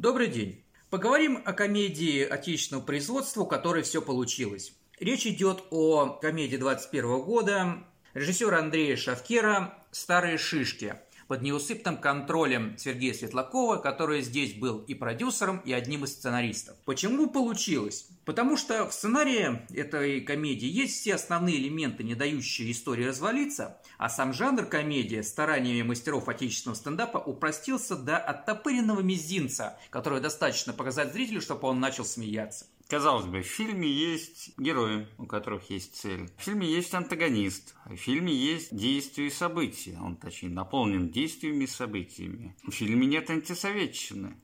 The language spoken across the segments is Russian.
Добрый день. Поговорим о комедии отечественного производства, у которой все получилось. Речь идет о комедии 21 года режиссера Андрея Шавкера «Старые шишки» под неусыпным контролем Сергея Светлакова, который здесь был и продюсером, и одним из сценаристов. Почему получилось? Потому что в сценарии этой комедии есть все основные элементы, не дающие истории развалиться, а сам жанр комедии стараниями мастеров отечественного стендапа упростился до оттопыренного мизинца, который достаточно показать зрителю, чтобы он начал смеяться. Казалось бы, в фильме есть герои, у которых есть цель. В фильме есть антагонист. В фильме есть действия и события. Он, точнее, наполнен действиями и событиями. В фильме нет антисоветчины.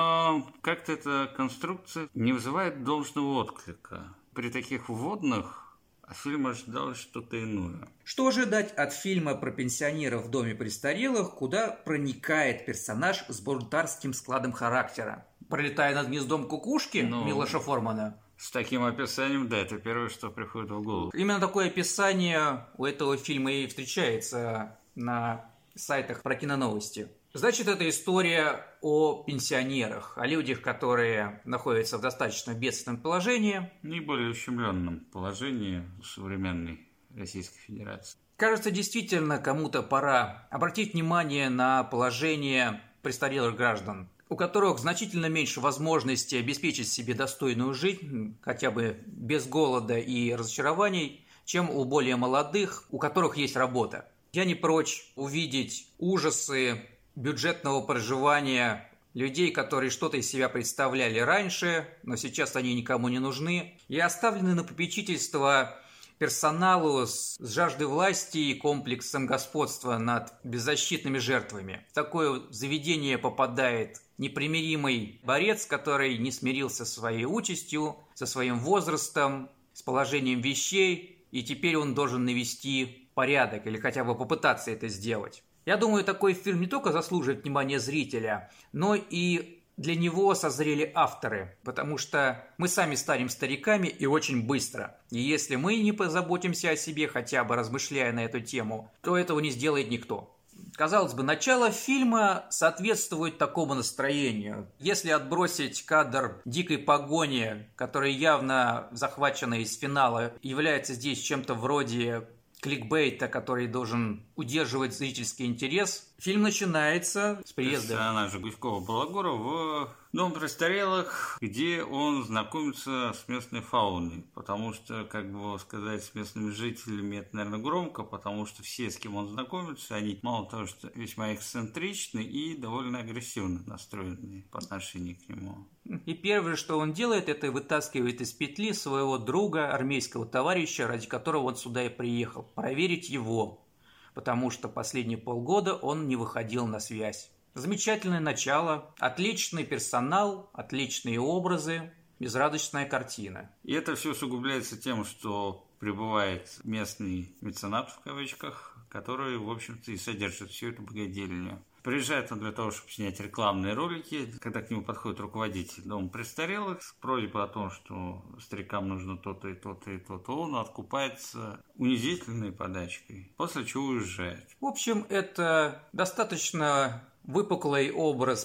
Но как-то эта конструкция не вызывает должного отклика. При таких вводных от фильма ожидалось что-то иное. Что ожидать от фильма про пенсионеров в доме престарелых, куда проникает персонаж с бунтарским складом характера? Пролетая над гнездом кукушки Милоша Формана? С таким описанием, да, это первое, что приходит в голову. Именно такое описание у этого фильма и встречается на сайтах про киноновости. Значит, это история о пенсионерах, о людях, которые находятся в достаточно бедственном положении. Наиболее ущемленном положении современной Российской Федерации. Кажется, действительно, кому-то пора обратить внимание на положение престарелых граждан, у которых значительно меньше возможностей обеспечить себе достойную жизнь, хотя бы без голода и разочарований, чем у более молодых, у которых есть работа. Я не прочь увидеть ужасы бюджетного проживания людей, которые что-то из себя представляли раньше, но сейчас они никому не нужны, и оставлены на попечительство персоналу с жаждой власти и комплексом господства над беззащитными жертвами. В такое заведение попадает непримиримый борец, который не смирился со своей участью, со своим возрастом, с положением вещей, и теперь он должен навести порядок или хотя бы попытаться это сделать. Я думаю, такой фильм не только заслуживает внимания зрителя, но и для него созрели авторы, потому что мы сами станем стариками и очень быстро. И если мы не позаботимся о себе, хотя бы размышляя на эту тему, то этого не сделает никто. Казалось бы, начало фильма соответствует такому настроению. Если отбросить кадр дикой погони, который явно захваченный из финала, является здесь чем-то вроде кликбейта, который должен удерживать зрительский интерес, фильм начинается с приезда персонажа Гуськова-Балагура в дом престарелых, где он знакомится с местной фауной, потому что, как бы сказать, с местными жителями это, наверное, громко, потому что все, с кем он знакомится, они мало того, что весьма эксцентричны и довольно агрессивно настроены по отношению к нему. И первое, что он делает, это вытаскивает из петли своего друга, армейского товарища, ради которого он сюда и приехал, проверить его, потому что последние полгода он не выходил на связь. Замечательное начало, отличный персонал, отличные образы, безрадостная картина. И это все усугубляется тем, что прибывает местный меценат, в кавычках, который, в общем-то, и содержит всю эту богадельню. Приезжает он для того, чтобы снять рекламные ролики, когда к нему подходит руководитель дома престарелых с просьбой о том, что старикам нужно то-то и то-то и то-то, он откупается унизительной подачкой, после чего уезжает. В общем, это достаточно выпуклый образ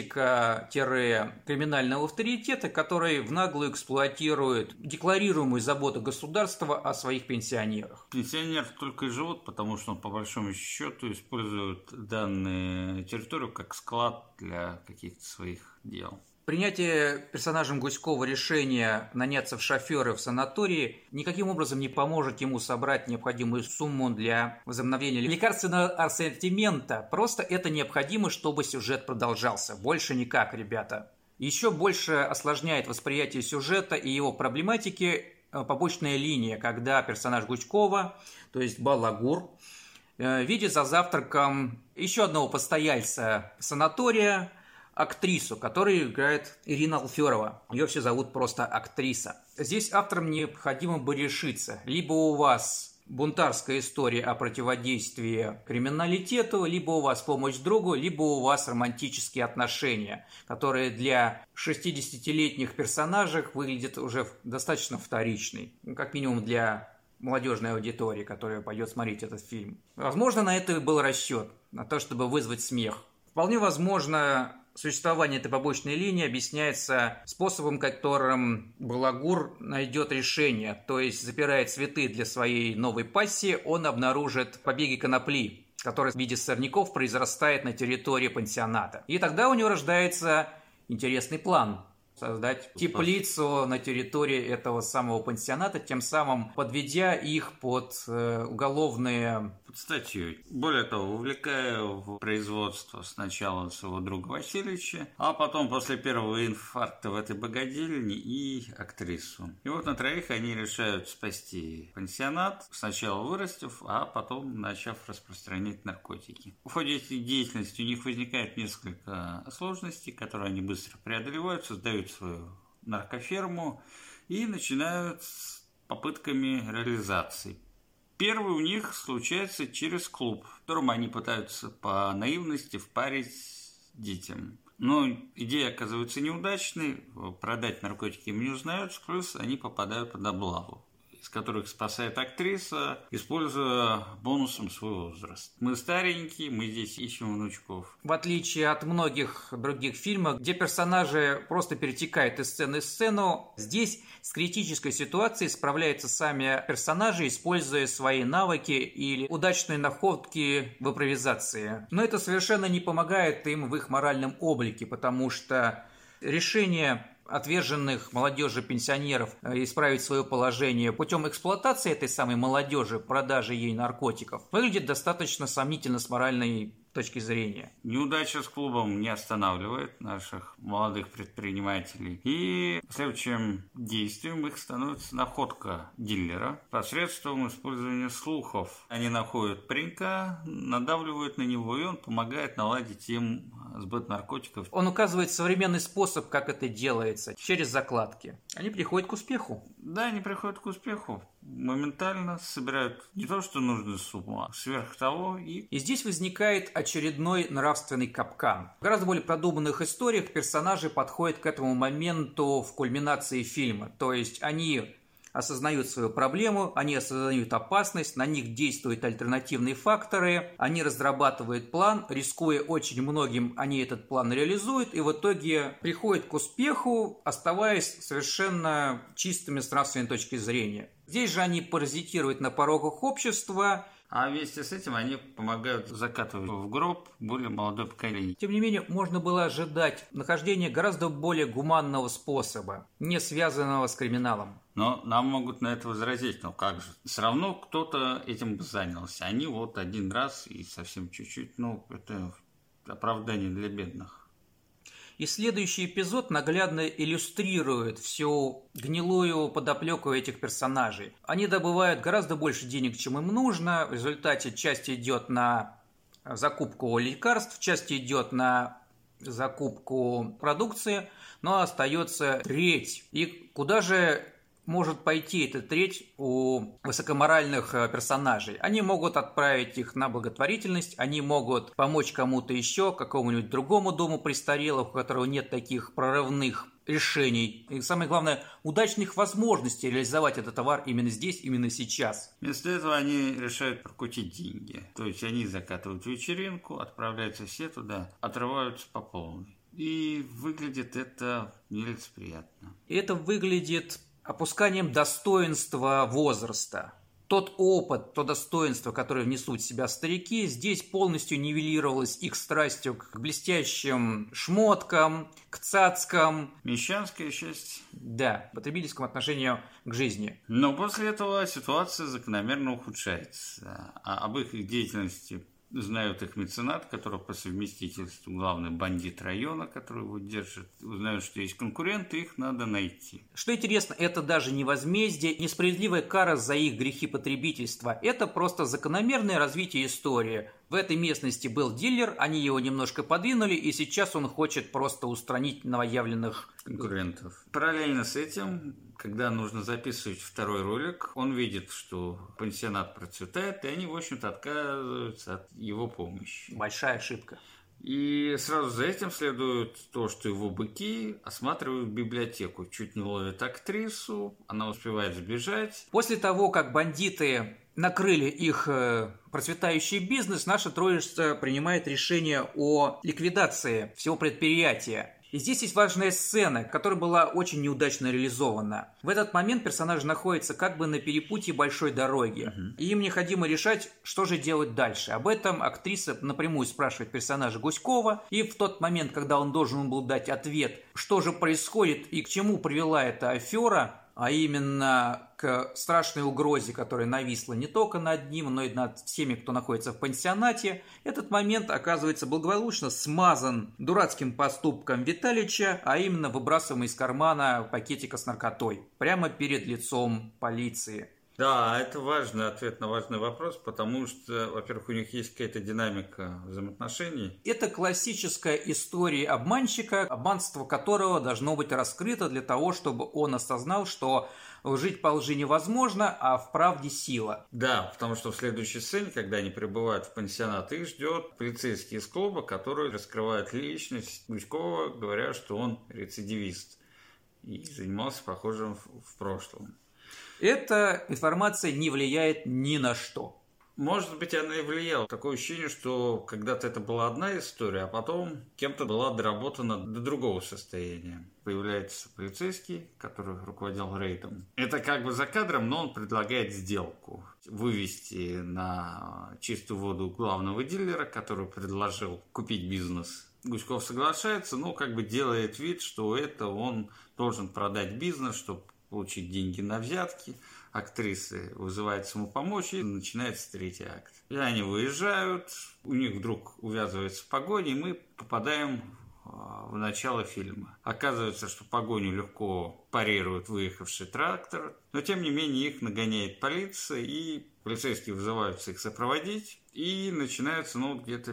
политика-криминального авторитета, который в наглую эксплуатирует декларируемую заботу государства о своих пенсионерах. Пенсионер только и живут, потому что он по большому счету использует данную территорию как склад для каких-то своих дел. Принятие персонажем Гуськова решения наняться в шоферы в санатории никаким образом не поможет ему собрать необходимую сумму для возобновления лекарственного ассортимента. Просто это необходимо, чтобы сюжет продолжался. Больше никак, ребята. Еще больше осложняет восприятие сюжета и его проблематики побочная линия, когда персонаж Гуськова, то есть Балагур, видит за завтраком еще одного постояльца санатория, актрису, которую играет Ирина Алферова. Ее все зовут просто актриса. Здесь авторам необходимо бы решиться. Либо у вас бунтарская история о противодействии криминалитету, либо у вас помощь другу, либо у вас романтические отношения, которые для 60-летних персонажей выглядят уже достаточно вторичной. Как минимум для молодежной аудитории, которая пойдет смотреть этот фильм. Возможно, на это и был расчет, на то, чтобы вызвать смех. Вполне возможно, Существование этой побочной линии объясняется способом, которым Балагур найдет решение, то есть запирая цветы для своей новой пассии, он обнаружит побеги конопли, который в виде сорняков произрастает на территории пансионата. И тогда у него рождается интересный план – создать теплицу на территории этого самого пансионата, тем самым подведя их под уголовные... Под статью. Более того, увлекая в производство сначала своего друга Васильевича, а потом после первого инфаркта в этой богадельне и актрису. И вот на троих они решают спасти пансионат, сначала вырастив, а потом начав распространять наркотики. В ходе этой деятельности у них возникает несколько сложностей, которые они быстро преодолевают, создают свою наркоферму и начинают с попытками реализации. Первый у них случается через клуб, в котором они пытаются по наивности впарить детям. Но идея оказывается неудачной, продать наркотики им не узнают, плюс они попадают под облаву, из которых спасает актриса, используя бонусом свой возраст. Мы старенькие, мы здесь ищем внучков. В отличие от многих других фильмов, где персонажи просто перетекают из сцены в сцену, здесь с критической ситуацией справляются сами персонажи, используя свои навыки или удачные находки в импровизации. Но это совершенно не помогает им в их моральном облике, потому что решение отверженных молодежи пенсионеров исправить свое положение путем эксплуатации этой самой молодежи, продажи ей наркотиков, выглядит достаточно сомнительно с моральной точки зрения. Неудача с клубом не останавливает наших молодых предпринимателей. И следующим действием их становится находка дилера посредством использования слухов. Они находят паренька, надавливают на него, и он помогает наладить им сбыт наркотиков. Он указывает современный способ, как это делается, через закладки. Они приходят к успеху. Да, они приходят к успеху. Моментально собирают не то, что нужную сумму, а сверх того. И здесь возникает очередной нравственный капкан. В гораздо более продуманных историях персонажи подходят к этому моменту в кульминации фильма. То есть они осознают свою проблему, они осознают опасность, на них действуют альтернативные факторы, они разрабатывают план, рискуя очень многим, они этот план реализуют и в итоге приходят к успеху, оставаясь совершенно чистыми с нравственной точки зрения. Здесь же они паразитируют на порогах общества. А вместе с этим они помогают закатывать в гроб более молодое поколение. Тем не менее, можно было ожидать нахождения гораздо более гуманного способа, не связанного с криминалом. Но нам могут на это возразить, но как же? Все равно кто-то этим бы занялся. Они вот один раз и совсем чуть-чуть, это оправдание для бедных. И следующий эпизод наглядно иллюстрирует всю гнилую подоплеку этих персонажей. Они добывают гораздо больше денег, чем им нужно. В результате часть идет на закупку лекарств, часть идет на закупку продукции, но остается треть. И куда же может пойти эта треть у высокоморальных персонажей? Они могут отправить их на благотворительность, они могут помочь кому-то еще, какому-нибудь другому дому престарелых, у которого нет таких прорывных решений. И самое главное, удачных возможностей реализовать этот товар именно здесь, именно сейчас. Вместо этого они решают прокутить деньги. То есть они закатывают вечеринку, отправляются все туда, отрываются по полной. И выглядит это нелицеприятно. И это выглядит опусканием достоинства возраста. Тот опыт, то достоинство, которое внесут в себя старики, здесь полностью нивелировалось их страстью к блестящим шмоткам, к цацкам. Мещанское счастье. Да, потребительскому отношению к жизни. Но после этого ситуация закономерно ухудшается. А об их деятельности знают их меценат, который по совместительству главный бандит района, который его держит. Узнают, что есть конкуренты, их надо найти. Что интересно, это даже не возмездие, несправедливая кара за их грехи потребительства. Это просто закономерное развитие истории. В этой местности был дилер, они его немножко подвинули, и сейчас он хочет просто устранить новоявленных конкурентов. Параллельно с этим, когда нужно записывать второй ролик, он видит, что пансионат процветает, и они, в общем-то, отказываются от его помощи. Большая ошибка. И сразу за этим следует то, что его быки осматривают библиотеку, чуть не ловят актрису, она успевает сбежать. После того, как бандиты накрыли их процветающий бизнес, наша троица принимает решение о ликвидации всего предприятия. И здесь есть важная сцена, которая была очень неудачно реализована. В этот момент персонаж находится как бы на перепутье большой дороги. И им необходимо решать, что же делать дальше. Об этом актриса напрямую спрашивает персонажа Гуськова. И в тот момент, когда он должен был дать ответ, что же происходит и к чему привела эта афера, а именно к страшной угрозе, которая нависла не только над ним, но и над всеми, кто находится в пансионате, этот момент оказывается благополучно смазан дурацким поступком Виталича, а именно выбрасываем из кармана пакетика с наркотой прямо перед лицом полиции. Да, это важный ответ на важный вопрос, потому что, во-первых, у них есть какая-то динамика взаимоотношений. Это классическая история обманщика, обманство которого должно быть раскрыто для того, чтобы он осознал, что жить по лжи невозможно, а в правде сила. Да, потому что в следующей сцене, когда они прибывают в пансионат, их ждет полицейский из клуба, который раскрывает личность Гуськова, говоря, что он рецидивист и занимался похожим в прошлом. Эта информация не влияет ни на что. Может быть, она и влияла. Такое ощущение, что когда-то это была одна история, а потом кем-то была доработана до другого состояния. Появляется полицейский, который руководил рейдом. Это как бы за кадром, но он предлагает сделку. Вывести на чистую воду главного дилера, который предложил купить бизнес. Гуськов соглашается, но как бы делает вид, что это он должен продать бизнес, чтобы получить деньги на взятки. Актрисы вызывает ему помочь, и начинается третий акт. И они выезжают, у них вдруг увязывается погоня, и мы попадаем в начало фильма. Оказывается, что погоню легко парирует выехавший трактор, но тем не менее их нагоняет полиция, и полицейские вызываются их сопроводить. И начинается где-то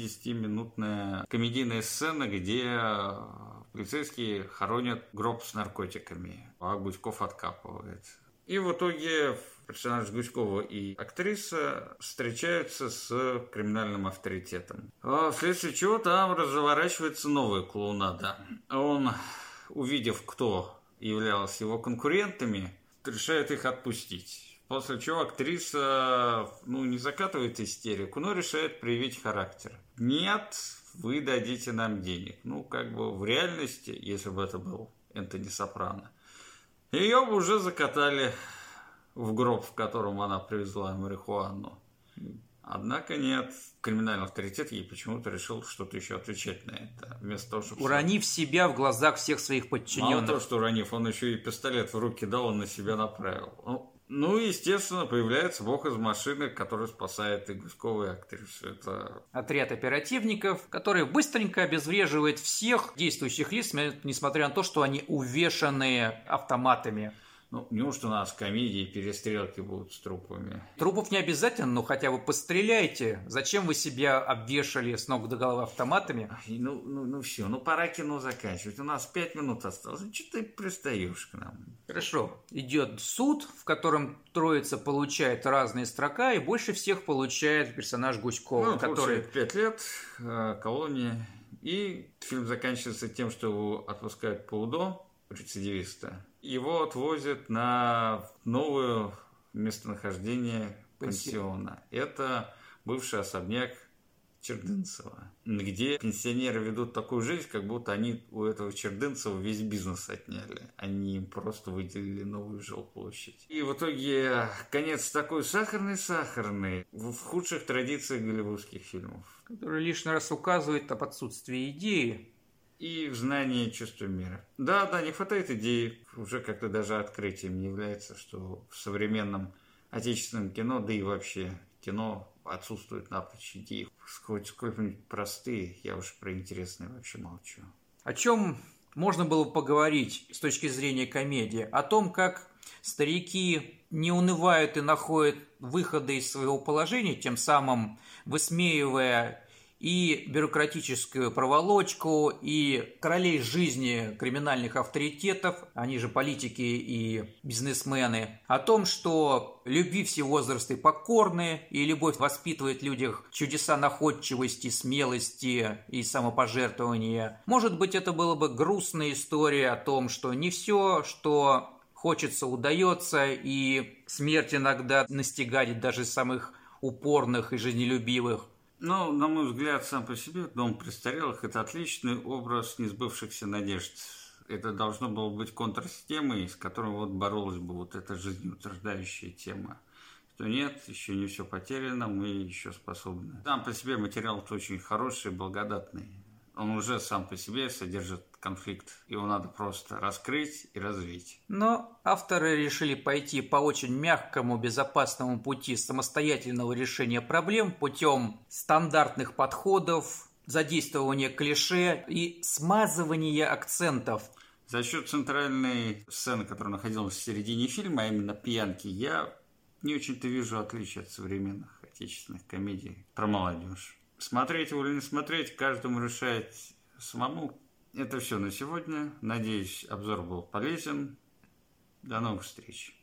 50-минутная комедийная сцена, где полицейские хоронят гроб с наркотиками, а Гуськов откапывает. И в итоге персонаж Гуськова и актриса встречаются с криминальным авторитетом. Вследствие чего там разворачивается новая клоунада. Он, увидев, кто являлся его конкурентами, решает их отпустить. После чего актриса не закатывает истерику, но решает проявить характер. Нет, вы дадите нам денег. В реальности, если бы это был Энтони Сопрано, ее бы уже закатали в гроб, в котором она привезла марихуану. Однако нет, криминальный авторитет ей почему-то решил что-то еще отвечать на это. Вместо того, чтобы... Уронив себя в глазах всех своих подчиненных. Мало того, что уронив, он еще и пистолет в руки дал, он на себя направил. Естественно, появляется бог из машины, который спасает и Гуськова, и актрису. Это отряд оперативников, который быстренько обезвреживает всех действующих лиц, несмотря на то, что они увешаны автоматами. Неужто у нас комедии перестрелки будут с трупами? Трупов не обязательно, но хотя бы постреляйте. Зачем вы себя обвешали с ног до головы автоматами? Все, пора кино заканчивать. У нас 5 минут осталось. Что ты пристаешь к нам? Хорошо. Идет суд, в котором троица получает разные строка, и больше всех получает персонаж Гуськова, который... 5 лет, колония. И фильм заканчивается тем, что его отпускают по УДО, рецидивиста. Его отвозят на новое местонахождение пансиона. Это бывший особняк Чердынцева, где пенсионеры ведут такую жизнь, как будто они у этого Чердынцева весь бизнес отняли. Они им просто выделили новую жилплощадь. И в итоге конец такой сахарный, в худших традициях голливудских фильмов. Который лишний раз указывает об отсутствии идеи. И в знании чувства мира. Да, не хватает идей. Уже как-то даже открытием не является, что в современном отечественном кино, да и вообще кино отсутствует напрочь идеи. Хоть сколько-нибудь простые, я уж про интересные вообще молчу. О чем можно было поговорить с точки зрения комедии? О том, как старики не унывают и находят выходы из своего положения, тем самым высмеивая и бюрократическую проволочку, и королей жизни криминальных авторитетов, они же политики и бизнесмены, о том, что любви все возрасты покорны, и любовь воспитывает в людях чудеса находчивости, смелости и самопожертвования. Может быть, это была бы грустная история о том, что не все, что хочется, удается, и смерть иногда настигает даже самых упорных и жизнелюбивых. Ну, на мой взгляд, сам по себе «Дом престарелых» – это отличный образ несбывшихся надежд. Это должно было быть контрсистемой, с которой вот боролась бы вот эта жизнеутверждающая тема. Что нет, еще не все потеряно, мы еще способны. Сам по себе материал очень хороший, благодатный. Он уже сам по себе содержит конфликт. Его надо просто раскрыть и развить. Но авторы решили пойти по очень мягкому, безопасному пути самостоятельного решения проблем путем стандартных подходов, задействования клише и смазывания акцентов. За счет центральной сцены, которая находилась в середине фильма, а именно пьянки, я не очень-то вижу отличия от современных отечественных комедий про молодежь. Смотреть его или не смотреть, каждому решает самому. Это все на сегодня. Надеюсь, обзор был полезен. До новых встреч.